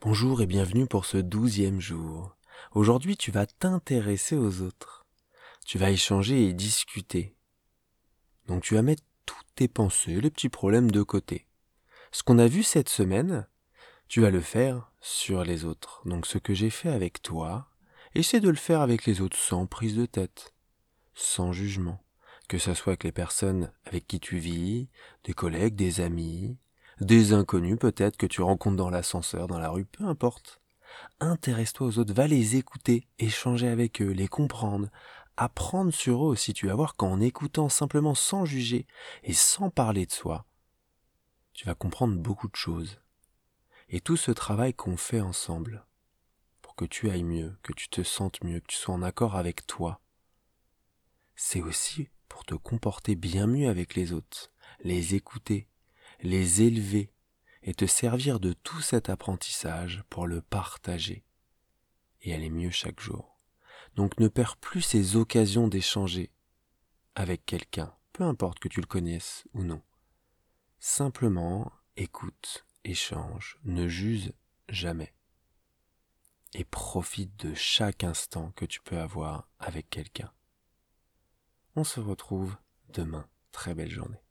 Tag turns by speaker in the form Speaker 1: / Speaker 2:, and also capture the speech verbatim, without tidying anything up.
Speaker 1: Bonjour et bienvenue pour ce douzième jour. Aujourd'hui, tu vas t'intéresser aux autres. Tu vas échanger et discuter. Donc tu vas mettre toutes tes pensées, les petits problèmes de côté. Ce qu'on a vu cette semaine, tu vas le faire sur les autres. Donc ce que j'ai fait avec toi, essaie de le faire avec les autres sans prise de tête, sans jugement. Que ce soit avec les personnes avec qui tu vis, des collègues, des amis, des inconnus peut-être que tu rencontres dans l'ascenseur, dans la rue, peu importe. Intéresse-toi aux autres, va les écouter, échanger avec eux, les comprendre, apprendre sur eux aussi. Tu vas voir qu'en écoutant simplement sans juger et sans parler de soi, tu vas comprendre beaucoup de choses. Et tout ce travail qu'on fait ensemble, pour que tu ailles mieux, que tu te sentes mieux, que tu sois en accord avec toi, c'est aussi pour te comporter bien mieux avec les autres, les écouter, les élever et te servir de tout cet apprentissage pour le partager et aller mieux chaque jour. Donc ne perds plus ces occasions d'échanger avec quelqu'un, peu importe que tu le connaisses ou non. Simplement écoute, échange, ne juge jamais et profite de chaque instant que tu peux avoir avec quelqu'un. On se retrouve demain. Très belle journée.